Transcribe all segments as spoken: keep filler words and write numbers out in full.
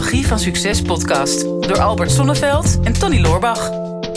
Psychologie van Succes podcast door Albert Sonneveld en Tony Loorbach.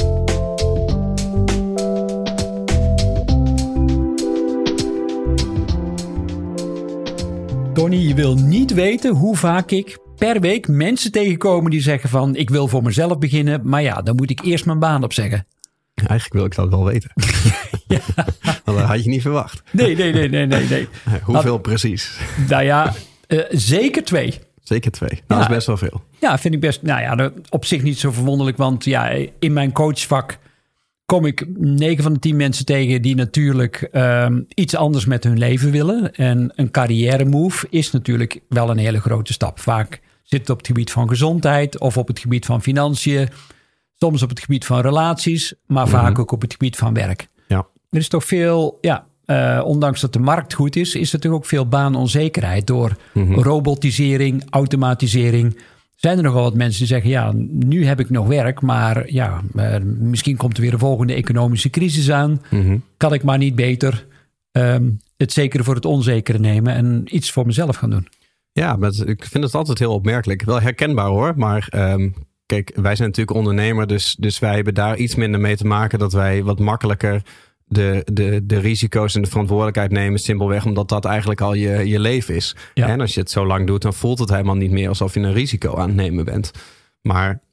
Tony, je wil niet weten hoe vaak ik per week mensen tegenkomen die zeggen van ik wil voor mezelf beginnen, maar ja, dan moet ik eerst mijn baan opzeggen. Eigenlijk wil ik dat wel weten. Ja. Dat had je niet verwacht. Nee, nee, nee, nee, nee. nee. Hoeveel nou, precies? Nou ja, uh, zeker twee. Zeker twee. Nou, ja, dat is best wel veel. Ja, vind ik best. Nou ja, op zich niet zo verwonderlijk, want ja, in mijn coachvak kom ik negen van de tien mensen tegen die natuurlijk um, iets anders met hun leven willen. En een carrière move is natuurlijk wel een hele grote stap. Vaak zit het op het gebied van gezondheid of op het gebied van financiën. Soms op het gebied van relaties, maar mm-hmm. vaak ook op het gebied van werk. Ja. Er is toch veel, ja, uh, ondanks dat de markt goed is, is er toch ook veel baanonzekerheid door mm-hmm. robotisering, automatisering. Zijn er nogal wat mensen die zeggen, ja, nu heb ik nog werk, maar ja, uh, misschien komt er weer een volgende economische crisis aan. Mm-hmm. Kan ik maar niet beter um, het zekere voor het onzekere nemen en iets voor mezelf gaan doen? Ja, maar ik vind het altijd heel opmerkelijk. Wel herkenbaar hoor, maar um, kijk, wij zijn natuurlijk ondernemer, dus, dus wij hebben daar iets minder mee te maken dat wij wat makkelijker de, de, de risico's en de verantwoordelijkheid nemen, simpelweg omdat dat eigenlijk al je, je leven is. Ja. En als je het zo lang doet, dan voelt het helemaal niet meer alsof je een risico aan het nemen bent. Maar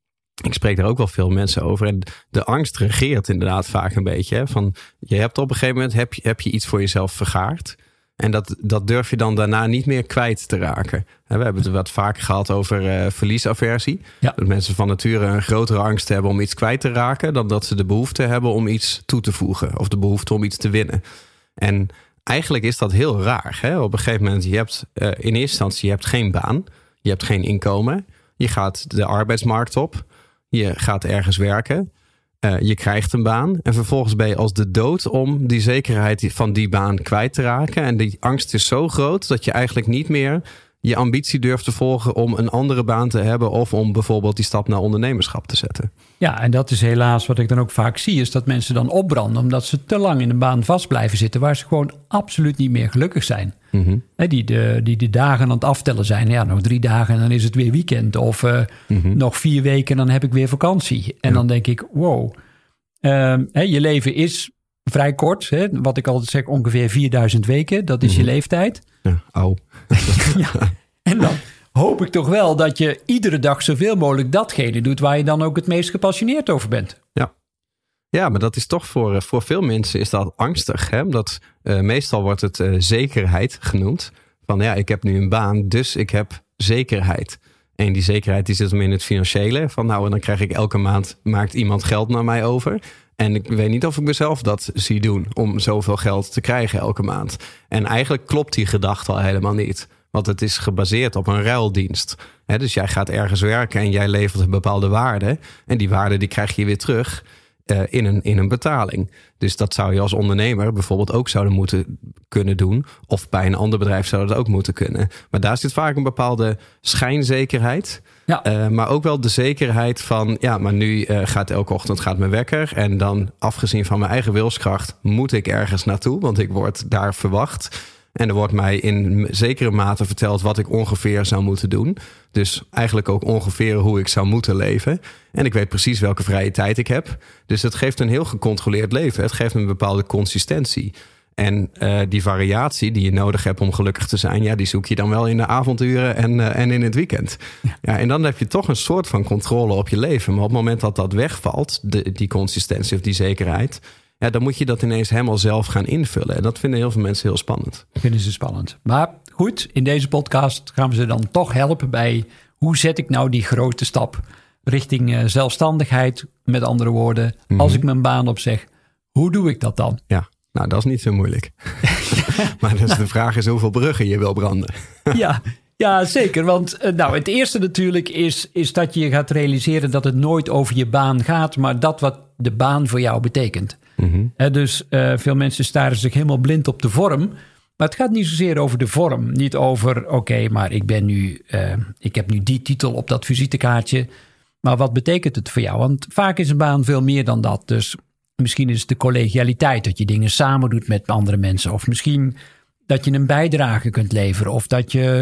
ik spreek daar ook wel veel mensen over. En de angst regeert inderdaad vaak een beetje. Hè? Van, je hebt op een gegeven moment heb je, heb je iets voor jezelf vergaard. En dat, dat durf je dan daarna niet meer kwijt te raken. We hebben het wat vaker gehad over uh, verliesaversie. Ja. Dat mensen van nature een grotere angst hebben om iets kwijt te raken dan dat ze de behoefte hebben om iets toe te voegen. Of de behoefte om iets te winnen. En eigenlijk is dat heel raar. Hè? Op een gegeven moment, je hebt uh, in eerste instantie je hebt geen baan. Je hebt geen inkomen. Je gaat de arbeidsmarkt op. Je gaat ergens werken. Uh, je krijgt een baan en vervolgens ben je als de dood om die zekerheid van die baan kwijt te raken. En die angst is zo groot dat je eigenlijk niet meer je ambitie durft te volgen om een andere baan te hebben of om bijvoorbeeld die stap naar ondernemerschap te zetten. Ja, en dat is helaas wat ik dan ook vaak zie, is dat mensen dan opbranden omdat ze te lang in een baan vast blijven zitten waar ze gewoon absoluut niet meer gelukkig zijn. Mm-hmm. He, die, de, die de dagen aan het aftellen zijn. Ja, nog drie dagen en dan is het weer weekend. Of uh, mm-hmm. nog vier weken en dan heb ik weer vakantie. En ja. dan denk ik, wow. Uh, he, je leven is vrij kort. Hè? Wat ik altijd zeg, ongeveer vierduizend weken. Dat is mm-hmm. je leeftijd. Ja, au. ja, en dan hoop ik toch wel dat je iedere dag zoveel mogelijk datgene doet waar je dan ook het meest gepassioneerd over bent. Ja. Ja, maar dat is toch voor, voor veel mensen is dat angstig. Hè? Dat, uh, meestal wordt het uh, zekerheid genoemd. Van ja, ik heb nu een baan, dus ik heb zekerheid. En die zekerheid die zit hem in het financiële. Van nou, en dan krijg ik elke maand, maakt iemand geld naar mij over. En ik weet niet of ik mezelf dat zie doen om zoveel geld te krijgen elke maand. En eigenlijk klopt die gedachte al helemaal niet. Want het is gebaseerd op een ruildienst. He, dus jij gaat ergens werken en jij levert een bepaalde waarde. En die waarde die krijg je weer terug uh, in, een, in een betaling. Dus dat zou je als ondernemer bijvoorbeeld ook zouden moeten kunnen doen. Of bij een ander bedrijf zou dat ook moeten kunnen. Maar daar zit vaak een bepaalde schijnzekerheid. Ja. Uh, maar ook wel de zekerheid van, ja, maar nu uh, gaat elke ochtend gaat mijn wekker. En dan afgezien van mijn eigen wilskracht moet ik ergens naartoe. Want ik word daar verwacht. En er wordt mij in zekere mate verteld wat ik ongeveer zou moeten doen. Dus eigenlijk ook ongeveer hoe ik zou moeten leven. En ik weet precies welke vrije tijd ik heb. Dus het geeft een heel gecontroleerd leven. Het geeft een bepaalde consistentie. En uh, die variatie die je nodig hebt om gelukkig te zijn, ja, die zoek je dan wel in de avonduren en, uh, en in het weekend. Ja. Ja, en dan heb je toch een soort van controle op je leven. Maar op het moment dat dat wegvalt, de, die consistentie of die zekerheid, ja, dan moet je dat ineens helemaal zelf gaan invullen. En dat vinden heel veel mensen heel spannend. Vinden ze spannend. Maar goed, in deze podcast gaan we ze dan toch helpen bij hoe zet ik nou die grote stap richting uh, zelfstandigheid. Met andere woorden, mm-hmm. als ik mijn baan opzeg, hoe doe ik dat dan? Ja. Nou, dat is niet zo moeilijk. Maar dus de vraag is hoeveel bruggen je wil branden. ja, ja, zeker. Want uh, nou, het eerste natuurlijk is, is dat je gaat realiseren dat het nooit over je baan gaat, maar dat wat de baan voor jou betekent. Mm-hmm. Uh, dus uh, veel mensen staren zich helemaal blind op de vorm. Maar het gaat niet zozeer over de vorm. Niet over, oké, okay, maar ik ben nu, uh, ik heb nu die titel op dat visitekaartje. Maar wat betekent het voor jou? Want vaak is een baan veel meer dan dat. Dus misschien is het de collegialiteit, dat je dingen samen doet met andere mensen. Of misschien dat je een bijdrage kunt leveren. Of dat je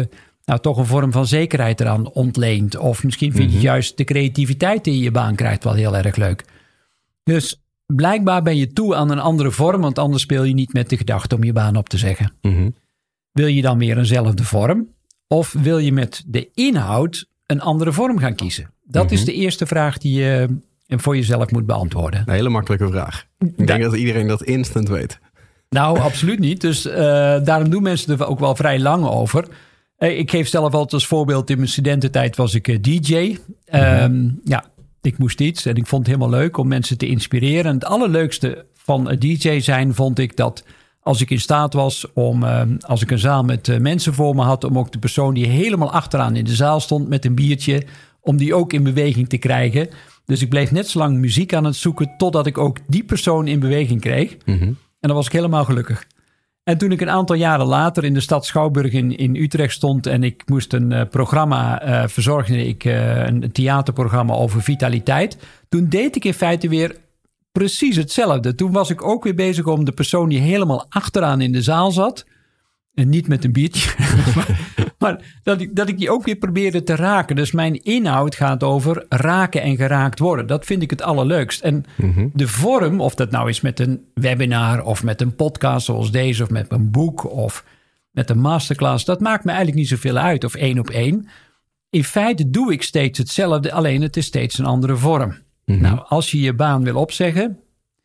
nou toch een vorm van zekerheid eraan ontleent. Of misschien vind je mm-hmm. juist de creativiteit die je je baan krijgt wel heel erg leuk. Dus blijkbaar ben je toe aan een andere vorm, want anders speel je niet met de gedachte om je baan op te zeggen. Mm-hmm. Wil je dan weer eenzelfde vorm? Of wil je met de inhoud een andere vorm gaan kiezen? Dat mm-hmm. is de eerste vraag die je voor jezelf moet beantwoorden. Een hele makkelijke vraag. Ik denk ja. dat iedereen dat instant weet. Nou, absoluut niet. Dus uh, daarom doen mensen er ook wel vrij lang over. Uh, ik geef zelf altijd als voorbeeld, in mijn studententijd was ik uh, D J. Mm-hmm. Um, ja, ik moest iets en ik vond het helemaal leuk om mensen te inspireren. En het allerleukste van een D J zijn vond ik dat als ik in staat was om, uh, als ik een zaal met uh, mensen voor me had, om ook de persoon die helemaal achteraan in de zaal stond met een biertje, om die ook in beweging te krijgen. Dus ik bleef net zo lang muziek aan het zoeken totdat ik ook die persoon in beweging kreeg. Mm-hmm. En dan was ik helemaal gelukkig. En toen ik een aantal jaren later in de stad Schouwburg in, in Utrecht stond en ik moest een uh, programma uh, verzorgen, ik, uh, een theaterprogramma over vitaliteit, toen deed ik in feite weer precies hetzelfde. Toen was ik ook weer bezig om de persoon die helemaal achteraan in de zaal zat, en niet met een biertje, maar, maar dat, ik, dat ik die ook weer probeerde te raken. Dus mijn inhoud gaat over raken en geraakt worden. Dat vind ik het allerleukst. En mm-hmm. de vorm, of dat nou is met een webinar of met een podcast zoals deze, of met een boek of met een masterclass, dat maakt me eigenlijk niet zoveel uit, of één op één. In feite doe ik steeds hetzelfde, alleen het is steeds een andere vorm. Mm-hmm. Nou, als je je baan wil opzeggen,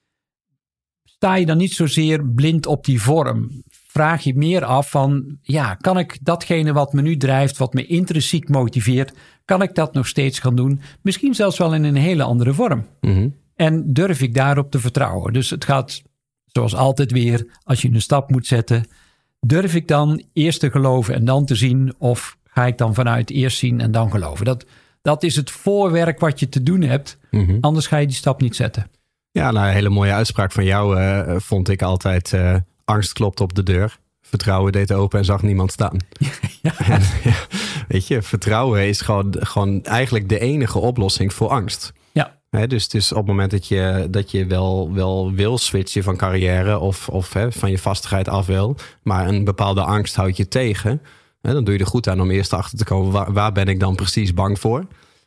sta je dan niet zozeer blind op die vorm. Vraag je meer af van, ja, kan ik datgene wat me nu drijft, wat me intrinsiek motiveert, kan ik dat nog steeds gaan doen? Misschien zelfs wel in een hele andere vorm. Mm-hmm. En durf ik daarop te vertrouwen? Dus het gaat, zoals altijd weer, als je een stap moet zetten, durf ik dan eerst te geloven en dan te zien, of ga ik dan vanuit eerst zien en dan geloven? Dat, dat is het voorwerk wat je te doen hebt, mm-hmm. anders ga je die stap niet zetten. Ja, nou, een hele mooie uitspraak van jou uh, vond ik altijd, uh, angst klopt op de deur. Vertrouwen deed open en zag niemand staan. Ja. En, ja, weet je, vertrouwen is gewoon, gewoon eigenlijk de enige oplossing voor angst. Ja. He, dus, dus op het moment dat je, dat je wel, wel wil switchen van carrière of, of he, van je vastigheid af wil, maar een bepaalde angst houdt je tegen, he, dan doe je er goed aan om eerst achter te komen, waar, waar ben ik dan precies bang voor?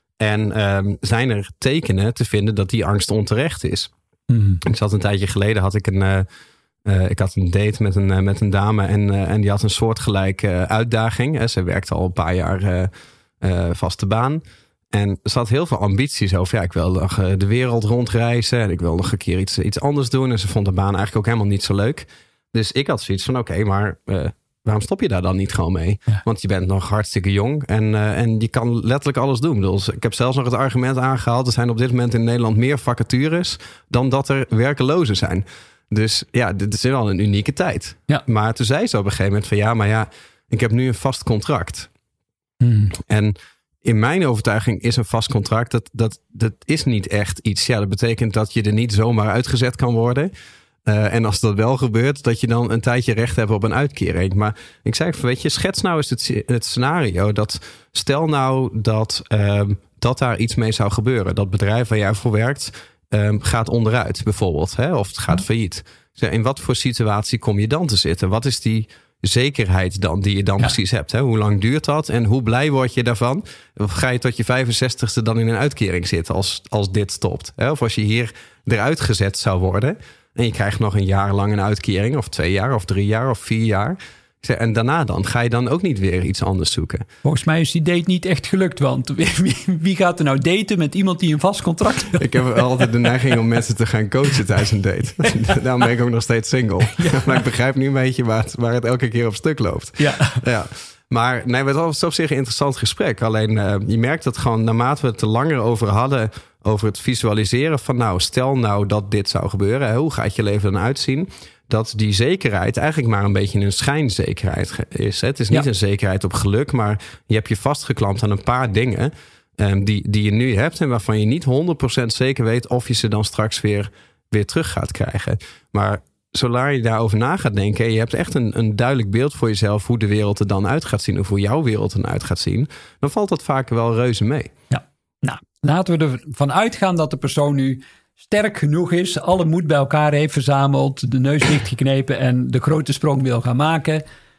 En um, zijn er tekenen te vinden dat die angst onterecht is? Mm. Ik zat een tijdje geleden, had ik een... Uh, Uh, ik had een date met een, uh, met een dame en, uh, en die had een soortgelijke uh, uitdaging. Uh, ze werkte al een paar jaar uh, uh, vaste baan. En ze had heel veel ambities over, ja, ik wil nog uh, de wereld rondreizen en ik wil nog een keer iets, iets anders doen. En ze vond de baan eigenlijk ook helemaal niet zo leuk. Dus ik had zoiets van, oké, okay, maar uh, waarom stop je daar dan niet gewoon mee? Ja. Want je bent nog hartstikke jong en, uh, en je kan letterlijk alles doen. Dus ik heb zelfs nog het argument aangehaald, er zijn op dit moment in Nederland meer vacatures dan dat er werkelozen zijn. Dus ja, dit is wel een unieke tijd. Ja. Maar toen zei ze op een gegeven moment van ja, maar ja, ik heb nu een vast contract. Hmm. En in mijn overtuiging is een vast contract, dat, dat, dat is niet echt iets. Ja, dat betekent dat je er niet zomaar uitgezet kan worden. Uh, en als dat wel gebeurt, dat je dan een tijdje recht hebt op een uitkering. Maar ik zei van, weet je, schets nou eens het, het scenario. Dat stel nou dat, uh, dat daar iets mee zou gebeuren. Dat bedrijf waar jij voor werkt Um, gaat onderuit bijvoorbeeld, hè, of het gaat failliet. In wat voor situatie kom je dan te zitten? Wat is die zekerheid dan die je dan ja. precies hebt? Hè? Hoe lang duurt dat en hoe blij word je daarvan? Of ga je tot je vijfenzestigste dan in een uitkering zitten als, als dit stopt? Hè? Of als je hier eruit gezet zou worden en je krijgt nog een jaar lang een uitkering, of twee jaar, of drie jaar, of vier jaar. En daarna dan? Ga je dan ook niet weer iets anders zoeken? Volgens mij is die date niet echt gelukt. Want wie, wie gaat er nou daten met iemand die een vast contract heeft? Ik heb altijd de neiging om mensen te gaan coachen tijdens een date. Daarom ben ik ook nog steeds single. Ja. Maar ik begrijp nu een beetje waar het, waar het elke keer op stuk loopt. Ja. Ja. Maar nee, het was op zich een interessant gesprek. Alleen uh, je merkt dat gewoon naarmate we het er langer over hadden, over het visualiseren van nou, stel nou dat dit zou gebeuren. Hè, hoe gaat je leven dan uitzien? Dat die zekerheid eigenlijk maar een beetje een schijnzekerheid is. Het is niet ja. een zekerheid op geluk, maar je hebt je vastgeklampt aan een paar dingen um, die, die je nu hebt en waarvan je niet honderd procent zeker weet of je ze dan straks weer, weer terug gaat krijgen. Maar zodra je daarover na gaat denken en je hebt echt een, een duidelijk beeld voor jezelf hoe de wereld er dan uit gaat zien of hoe jouw wereld er uit gaat zien, dan valt dat vaak wel reuze mee. Ja, nou, laten we ervan uitgaan dat de persoon nu sterk genoeg is, alle moed bij elkaar heeft verzameld, de neus dichtgeknepen en de grote sprong wil gaan maken.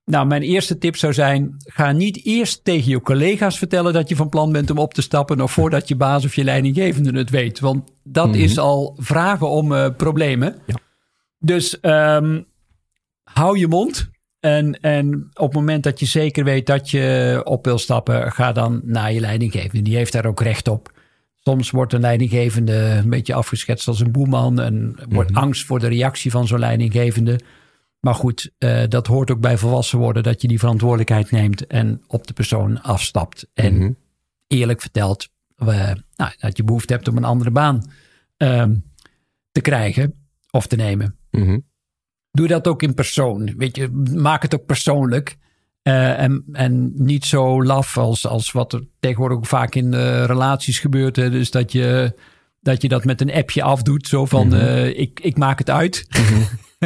Nou, mijn eerste tip zou zijn, ga niet eerst tegen je collega's vertellen dat je van plan bent om op te stappen, nog voordat je baas of je leidinggevende het weet. Want dat mm-hmm. is al vragen om uh, problemen. Ja. Dus um, hou je mond. En, en op het moment dat je zeker weet dat je op wil stappen, ga dan naar je leidinggevende. Die heeft daar ook recht op. Soms wordt een leidinggevende een beetje afgeschetst als een boeman en mm-hmm. wordt angst voor de reactie van zo'n leidinggevende. Maar goed, uh, dat hoort ook bij volwassen worden, dat je die verantwoordelijkheid neemt en op de persoon afstapt. En mm-hmm. eerlijk vertelt uh, nou, dat je behoefte hebt om een andere baan uh, te krijgen of te nemen. Mm-hmm. Doe dat ook in persoon. Weet je, maak het ook persoonlijk. Uh, en, en niet zo laf als, als wat er tegenwoordig ook vaak in uh, relaties gebeurt. Hè. Dus dat je, dat je dat met een appje afdoet. Zo van, mm-hmm. uh, ik, ik maak het uit. Mm-hmm.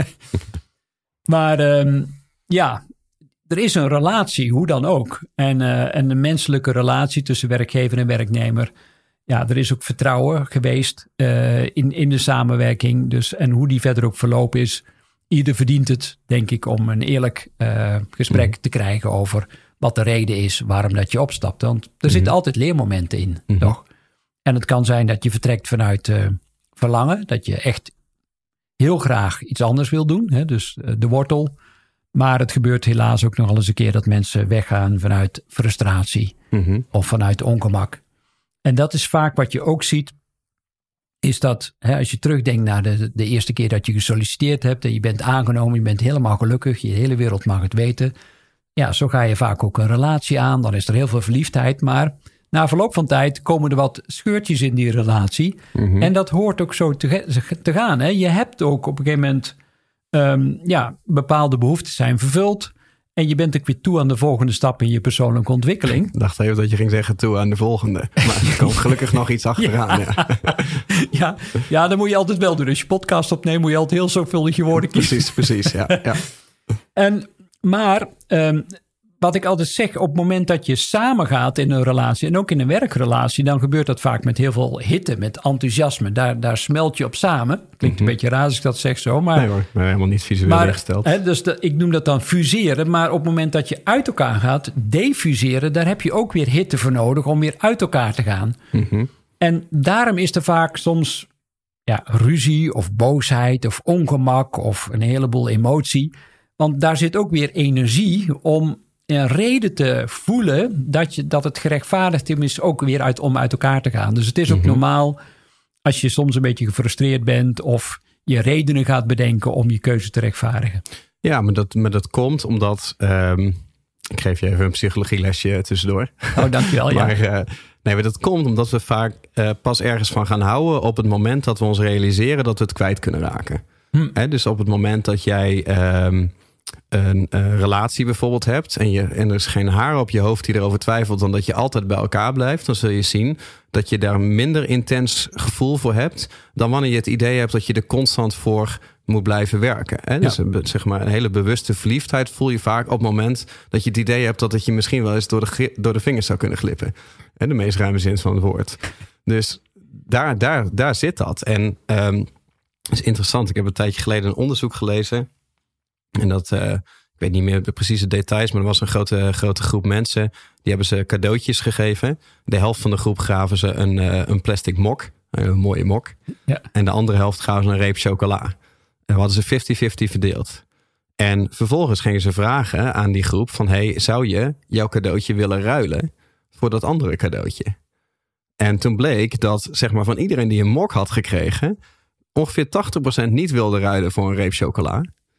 Maar um, ja, er is een relatie, hoe dan ook. En, uh, en een menselijke relatie tussen werkgever en werknemer. Ja, er is ook vertrouwen geweest uh, in, in de samenwerking. Dus, en hoe die verder ook verlopen is. Ieder verdient het, denk ik, om een eerlijk uh, gesprek mm. te krijgen over wat de reden is waarom dat je opstapt. Want er mm-hmm. zitten altijd leermomenten in, mm-hmm. toch? En het kan zijn dat je vertrekt vanuit uh, verlangen. Dat je echt heel graag iets anders wil doen. Hè? Dus uh, de wortel. Maar het gebeurt helaas ook nog wel eens een keer dat mensen weggaan vanuit frustratie. Mm-hmm. Of vanuit ongemak. En dat is vaak wat je ook ziet. Is dat hè, als je terugdenkt naar de, de eerste keer dat je gesolliciteerd hebt. En je bent aangenomen, je bent helemaal gelukkig. Je hele wereld mag het weten. Ja, zo ga je vaak ook een relatie aan. Dan is er heel veel verliefdheid. Maar na verloop van tijd komen er wat scheurtjes in die relatie. Mm-hmm. En dat hoort ook zo te, te gaan. Hè. Je hebt ook op een gegeven moment um, ja, bepaalde behoeftes zijn vervuld. En je bent ook weer toe aan de volgende stap in je persoonlijke ontwikkeling. Ik dacht even dat je ging zeggen toe aan de volgende. Maar er komt gelukkig nog iets achteraan. Ja. Ja. ja, ja, dat moet je altijd wel doen. Als je podcast opneemt, moet je altijd heel zorgvuldig je woorden kiezen. Precies, precies. Ja, ja. En, maar um, wat ik altijd zeg, op het moment dat je samengaat in een relatie en ook in een werkrelatie, dan gebeurt dat vaak met heel veel hitte, met enthousiasme. Daar, daar smelt je op samen. Klinkt mm-hmm. een beetje raar als ik dat zeg zo. Maar, nee hoor, maar helemaal niet visueel weggesteld. Hè, dus de, ik noem dat dan fuseren. Maar op het moment dat je uit elkaar gaat, defuseren, daar heb je ook weer hitte voor nodig om weer uit elkaar te gaan. Mm-hmm. En daarom is er vaak soms ja, ruzie of boosheid of ongemak of een heleboel emotie. Want daar zit ook weer energie om een reden te voelen dat, je, dat het gerechtvaardigd is ook weer uit, om uit elkaar te gaan. Dus het is ook mm-hmm. normaal als je soms een beetje gefrustreerd bent of je redenen gaat bedenken om je keuze te rechtvaardigen. Ja, maar dat, maar dat komt omdat, um, ik geef je even een psychologielesje tussendoor. Oh, dankjewel. Ja. maar uh, nee, maar dat komt omdat we vaak uh, pas ergens van gaan houden op het moment dat we ons realiseren dat we het kwijt kunnen raken. Hm. He, dus op het moment dat jij Um, een uh, relatie bijvoorbeeld hebt en, je, en er is geen haar op je hoofd die erover twijfelt dan dat je altijd bij elkaar blijft, dan zul je zien dat je daar minder intens gevoel voor hebt dan wanneer je het idee hebt dat je er constant voor moet blijven werken. Hè? Dus ja. zeg maar een hele bewuste verliefdheid voel je vaak op het moment dat je het idee hebt dat het je misschien wel eens door de, door de vingers zou kunnen glippen. In de meest ruime zin van het woord. Dus daar, daar, daar zit dat. En um, het is interessant. Ik heb een tijdje geleden een onderzoek gelezen. En dat, uh, ik weet niet meer de precieze details, maar er was een grote, grote groep mensen. Die hebben ze cadeautjes gegeven. De helft van de groep gaven ze een, uh, een plastic mok, een mooie mok. Ja. En de andere helft gaven ze een reep chocola. En we hadden ze vijftig vijftig verdeeld. En vervolgens gingen ze vragen aan die groep van, hey, zou je jouw cadeautje willen ruilen voor dat andere cadeautje? En toen bleek dat zeg maar van iedereen die een mok had gekregen, ongeveer tachtig procent niet wilde ruilen voor een reep chocola.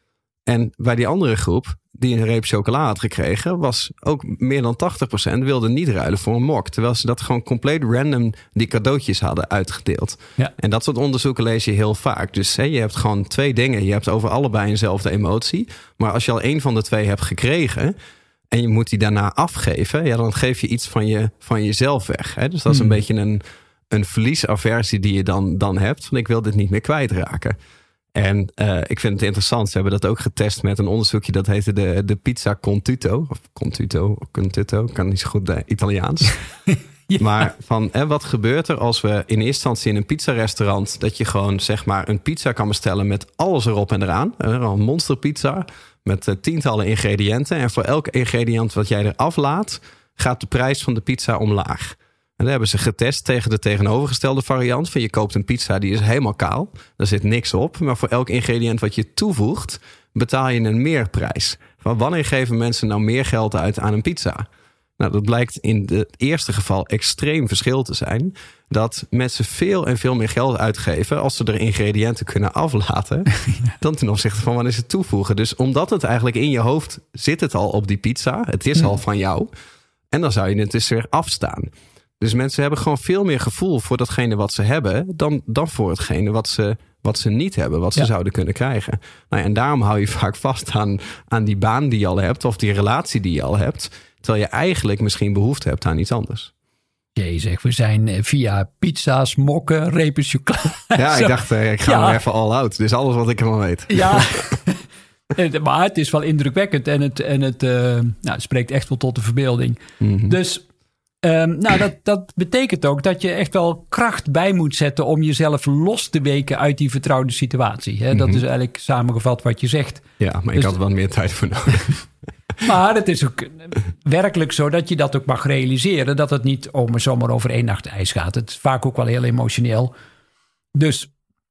En bij die andere groep die een reep chocola had gekregen, was ook meer dan tachtig procent wilde niet ruilen voor een mok. Terwijl ze dat gewoon compleet random die cadeautjes hadden uitgedeeld. Ja. En dat soort onderzoeken lees je heel vaak. Dus hè, je hebt gewoon twee dingen. Je hebt over allebei eenzelfde emotie. Maar als je al één van de twee hebt gekregen en je moet die daarna afgeven, ja, dan geef je iets van, je, van jezelf weg. Hè? Dus dat is een hmm. beetje een, een verliesaversie die je dan, dan hebt. Van ik wil dit niet meer kwijtraken. En uh, ik vind het interessant. Ze hebben dat ook getest met een onderzoekje. Dat heette de, de pizza Contuto. Of Contuto, Contuto. Ik kan niet zo goed uh, Italiaans. Ja. Maar van hè, wat gebeurt er als we in eerste instantie in een pizzarestaurant, dat je gewoon zeg maar een pizza kan bestellen met alles erop en eraan. Een monsterpizza met uh, tientallen ingrediënten. En voor elk ingrediënt wat jij eraf laat, gaat de prijs van de pizza omlaag. En dat hebben ze getest tegen de tegenovergestelde variant. Van je koopt een pizza, die is helemaal kaal. Daar zit niks op. Maar voor elk ingrediënt wat je toevoegt, betaal je een meerprijs. Van wanneer geven mensen nou meer geld uit aan een pizza? Nou, dat blijkt in het eerste geval extreem verschil te zijn. Dat mensen veel en veel meer geld uitgeven als ze er ingrediënten kunnen aflaten, dan ten opzichte van wanneer ze toevoegen. Dus omdat het eigenlijk in je hoofd zit het al op die pizza. Het is al van jou. En dan zou je het dus weer afstaan. Dus mensen hebben gewoon veel meer gevoel voor datgene wat ze hebben dan, dan voor hetgene wat ze, wat ze niet hebben, wat ze ja. zouden kunnen krijgen. Nou ja, en daarom hou je vaak vast aan, aan die baan die je al hebt of die relatie die je al hebt, terwijl je eigenlijk misschien behoefte hebt aan iets anders. Jezus, we zijn via pizza's, mokken, repen chocola. Ja, ik dacht, ik ga ja. maar even all out. Dit is alles wat ik ervan weet. Ja, maar het is wel indrukwekkend en het, en het, uh, nou, het spreekt echt wel tot de verbeelding. Mm-hmm. Dus um, nou, dat, dat betekent ook dat je echt wel kracht bij moet zetten om jezelf los te weken uit die vertrouwde situatie. Hè? Dat mm-hmm. is eigenlijk samengevat wat je zegt. Ja, maar dus, ik had wel meer tijd voor nodig. Maar het is ook werkelijk zo dat je dat ook mag realiseren. Dat het niet oh, maar zomaar over één nacht ijs gaat. Het is vaak ook wel heel emotioneel. Dus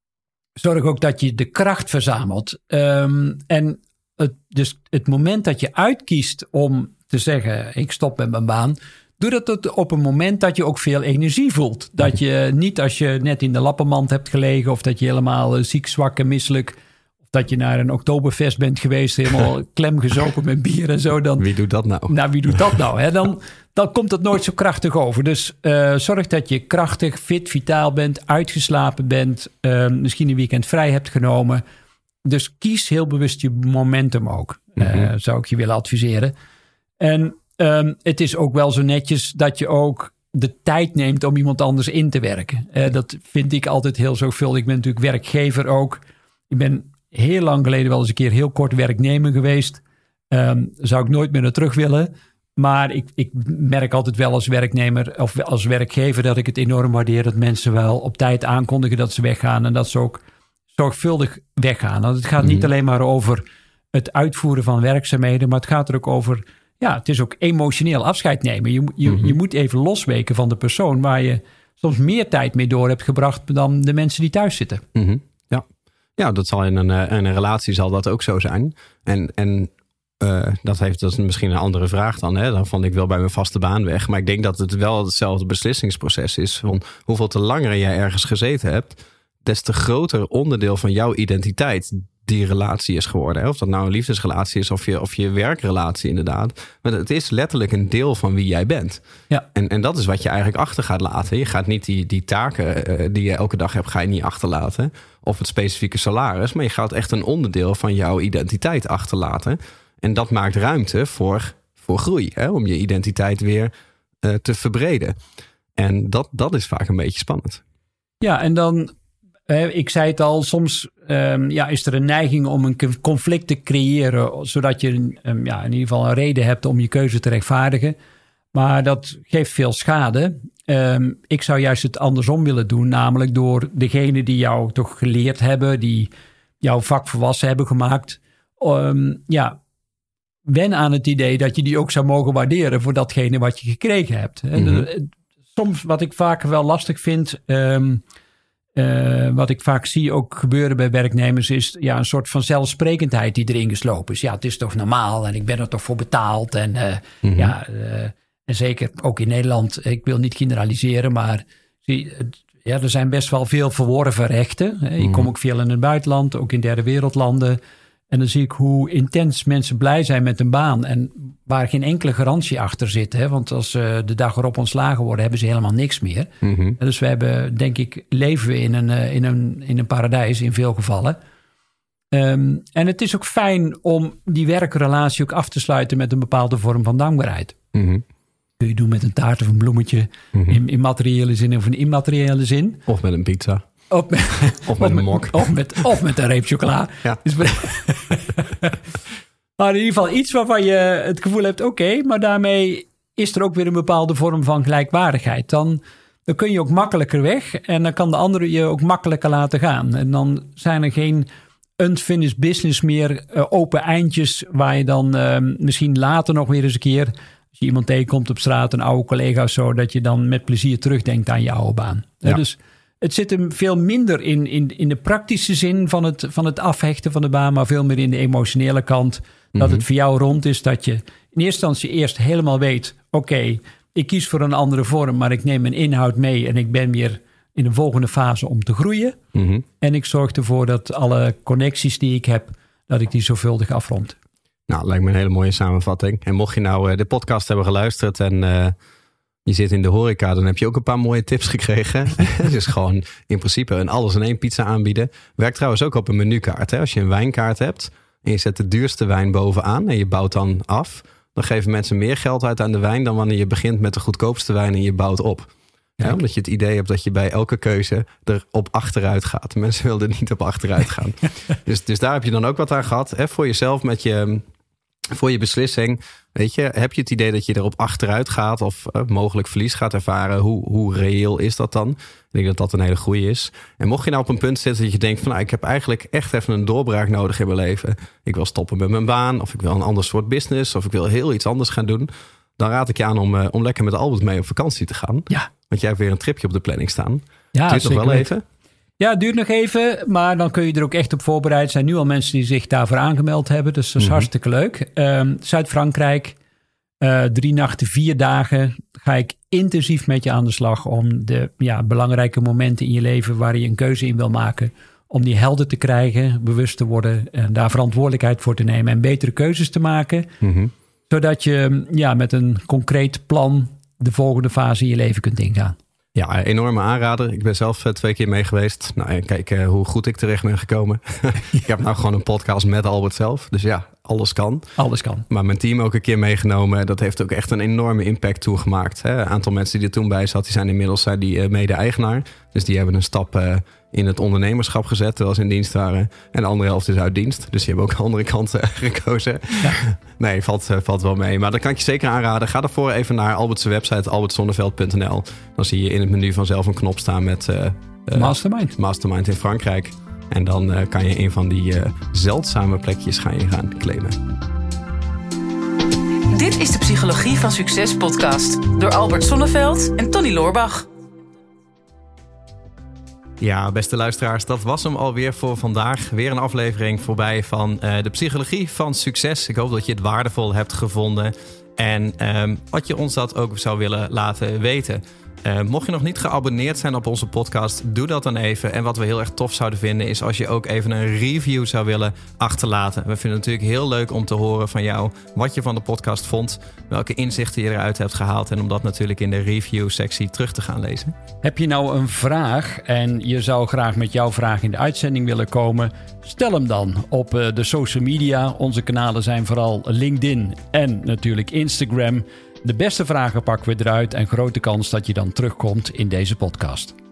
zorg ook dat je de kracht verzamelt. Um, en het, dus het moment dat je uitkiest om te zeggen, ik stop met mijn baan, doe dat op een moment dat je ook veel energie voelt. Dat je niet als je net in de lappenmand hebt gelegen of dat je helemaal ziek, zwak en misselijk, dat je naar een Oktoberfest bent geweest, helemaal klemgezopen met bier en zo. Dan, wie doet dat nou? Nou, wie doet dat nou? Hè? Dan, dan komt het nooit zo krachtig over. Dus uh, zorg dat je krachtig, fit, vitaal bent, uitgeslapen bent, uh, misschien een weekend vrij hebt genomen. Dus kies heel bewust je momentum ook, mm-hmm. uh, zou ik je willen adviseren. En um, het is ook wel zo netjes dat je ook de tijd neemt om iemand anders in te werken. Uh, dat vind ik altijd heel zorgvuldig. Ik ben natuurlijk werkgever ook. Ik ben heel lang geleden wel eens een keer heel kort werknemer geweest. Um, zou ik nooit meer naar terug willen. Maar ik, ik merk altijd wel als werknemer of als werkgever dat ik het enorm waardeer dat mensen wel op tijd aankondigen dat ze weggaan en dat ze ook zorgvuldig weggaan. Want het gaat mm-hmm. niet alleen maar over het uitvoeren van werkzaamheden, maar het gaat er ook over, ja, het is ook emotioneel afscheid nemen. Je, je, mm-hmm. je moet even losweken van de persoon waar je soms meer tijd mee door hebt gebracht dan de mensen die thuis zitten. Mm-hmm. Ja, dat zal in een, in een relatie zal dat ook zo zijn. En, en uh, dat heeft dat is misschien een andere vraag dan. Hè? Dan van ik wil bij mijn vaste baan weg. Maar ik denk dat het wel hetzelfde beslissingsproces is. Van hoeveel te langer jij ergens gezeten hebt, des te groter onderdeel van jouw identiteit die relatie is geworden. Hè? Of dat nou een liefdesrelatie is of je, of je werkrelatie inderdaad. Maar het is letterlijk een deel van wie jij bent. Ja. En, en dat is wat je eigenlijk achter gaat laten. Je gaat niet die, die taken uh, die je elke dag hebt, ga je niet achterlaten. Of het specifieke salaris. Maar je gaat echt een onderdeel van jouw identiteit achterlaten. En dat maakt ruimte voor, voor groei. Hè? Om je identiteit weer uh, te verbreden. En dat, dat is vaak een beetje spannend. Ja, en dan, uh, ik zei het al, soms um, ja, is er een neiging om een conflict te creëren. Zodat je um, ja, in ieder geval een reden hebt om je keuze te rechtvaardigen. Maar dat geeft veel schade. Um, ik zou juist het andersom willen doen. Namelijk door degene die jou toch geleerd hebben. Die jouw vak volwassen hebben gemaakt. Um, ja, wen aan het idee dat je die ook zou mogen waarderen voor datgene wat je gekregen hebt. Mm-hmm. Soms wat ik vaak wel lastig vind. Um, uh, wat ik vaak zie ook gebeuren bij werknemers is ja, een soort van zelfsprekendheid die erin geslopen is. Ja, het is toch normaal en ik ben er toch voor betaald. En uh, mm-hmm. ja... Uh, En zeker ook in Nederland, ik wil niet generaliseren, maar zie, ja, er zijn best wel veel verworven rechten. Ik mm. kom ook veel in het buitenland, ook in derde wereldlanden. En dan zie ik hoe intens mensen blij zijn met een baan en waar geen enkele garantie achter zit. Hè? Want als ze de dag erop ontslagen worden, hebben ze helemaal niks meer. Mm-hmm. Dus we hebben, denk ik, leven we in een, in een, in een paradijs in veel gevallen. Um, en het is ook fijn om die werkrelatie ook af te sluiten met een bepaalde vorm van dankbaarheid. Mm-hmm. Kun je doen met een taart of een bloemetje. Mm-hmm. In, in materiële zin of in immateriële zin. Of met een pizza. Of met, of met of een mok. Of met, of met een reep chocola. Ja. Dus, maar in ieder geval iets waarvan je het gevoel hebt, oké, okay, maar daarmee is er ook weer een bepaalde vorm van gelijkwaardigheid. Dan, dan kun je ook makkelijker weg en dan kan de andere je ook makkelijker laten gaan. En dan zijn er geen unfinished business meer. Uh, open eindjes waar je dan uh, misschien later nog weer eens een keer... als je iemand tegenkomt op straat, een oude collega of zo... dat je dan met plezier terugdenkt aan je oude baan. Ja. Uh, dus het zit hem veel minder in, in, in de praktische zin van het, van het afhechten van de baan... maar veel meer in de emotionele kant. Dat mm-hmm. het voor jou rond is dat je in eerste instantie eerst helemaal weet... oké, okay, ik kies voor een andere vorm, maar ik neem mijn inhoud mee... en ik ben weer in de volgende fase om te groeien. Mm-hmm. En ik zorg ervoor dat alle connecties die ik heb... dat ik die zorgvuldig afrond. Nou, lijkt me een hele mooie samenvatting. En mocht je nou uh, de podcast hebben geluisterd... en uh, je zit in de horeca, dan heb je ook een paar mooie tips gekregen. Dus gewoon in principe een alles-in-één pizza aanbieden. Werkt trouwens ook op een menukaart. Hè? Als je een wijnkaart hebt en je zet de duurste wijn bovenaan... en je bouwt dan af... dan geven mensen meer geld uit aan de wijn... dan wanneer je begint met de goedkoopste wijn en je bouwt op. Ja, omdat je het idee hebt dat je bij elke keuze er op achteruit gaat. Mensen wilden niet op achteruit gaan. dus, dus daar heb je dan ook wat aan gehad. Hè? Voor jezelf, met je, voor je beslissing. Weet je, heb je het idee dat je er op achteruit gaat... of uh, mogelijk verlies gaat ervaren? Hoe, hoe reëel is dat dan? Ik denk dat dat een hele goeie is. En mocht je nou op een punt zitten dat je denkt... van, nou, ik heb eigenlijk echt even een doorbraak nodig in mijn leven. Ik wil stoppen met mijn baan... of ik wil een ander soort business... of ik wil heel iets anders gaan doen... dan raad ik je aan om, uh, om lekker met Albert mee op vakantie te gaan. Ja. Want jij hebt weer een tripje op de planning staan. Ja, duurt nog wel even? Ja, het duurt nog even. Maar dan kun je er ook echt op voorbereid zijn. Nu al mensen die zich daarvoor aangemeld hebben. Dus dat is mm-hmm. hartstikke leuk. Um, Zuid-Frankrijk. Uh, drie nachten, vier dagen. Ga ik intensief met je aan de slag. Om de ja, belangrijke momenten in je leven waar je een keuze in wil maken. Om die helder te krijgen. Bewust te worden. En daar verantwoordelijkheid voor te nemen. En betere keuzes te maken. Mm-hmm. Zodat je ja, met een concreet plan de volgende fase in je leven kunt ingaan. Ja, enorme aanrader. Ik ben zelf twee keer mee geweest. Nou, kijk uh, hoe goed ik terecht ben gekomen. Ik heb nou gewoon een podcast met Albert zelf. Dus ja, alles kan. Alles kan. Maar mijn team ook een keer meegenomen. Dat heeft ook echt een enorme impact toegemaakt. Een aantal mensen die er toen bij zat, die zijn inmiddels zijn die uh, mede-eigenaar. Dus die hebben een stap uh, in het ondernemerschap gezet terwijl ze in dienst waren. En de andere helft is uit dienst. Dus die hebben ook andere kanten gekozen. Ja. Nee, valt, uh, valt wel mee. Maar dat kan ik je zeker aanraden. Ga daarvoor even naar Albert's website, albert zonneveld punt n l. Dan zie je in het menu vanzelf een knop staan met uh, uh, Mastermind. Mastermind in Frankrijk. En dan uh, kan je een van die uh, zeldzame plekjes gaan, je gaan claimen. Dit is de Psychologie van Succes podcast door Albert Sonneveld en Tony Loorbach. Ja, beste luisteraars, dat was hem alweer voor vandaag. Weer een aflevering voorbij van uh, de Psychologie van Succes. Ik hoop dat je het waardevol hebt gevonden en um, wat je ons dat ook zou willen laten weten. Uh, mocht je nog niet geabonneerd zijn op onze podcast, doe dat dan even. En wat we heel erg tof zouden vinden is als je ook even een review zou willen achterlaten. We vinden het natuurlijk heel leuk om te horen van jou wat je van de podcast vond, welke inzichten je eruit hebt gehaald en om dat natuurlijk in de review sectie terug te gaan lezen. Heb je nou een vraag en je zou graag met jouw vraag in de uitzending willen komen? Stel hem dan op de social media. Onze kanalen zijn vooral LinkedIn en natuurlijk Instagram. De beste vragen pakken we eruit en grote kans dat je dan terugkomt in deze podcast.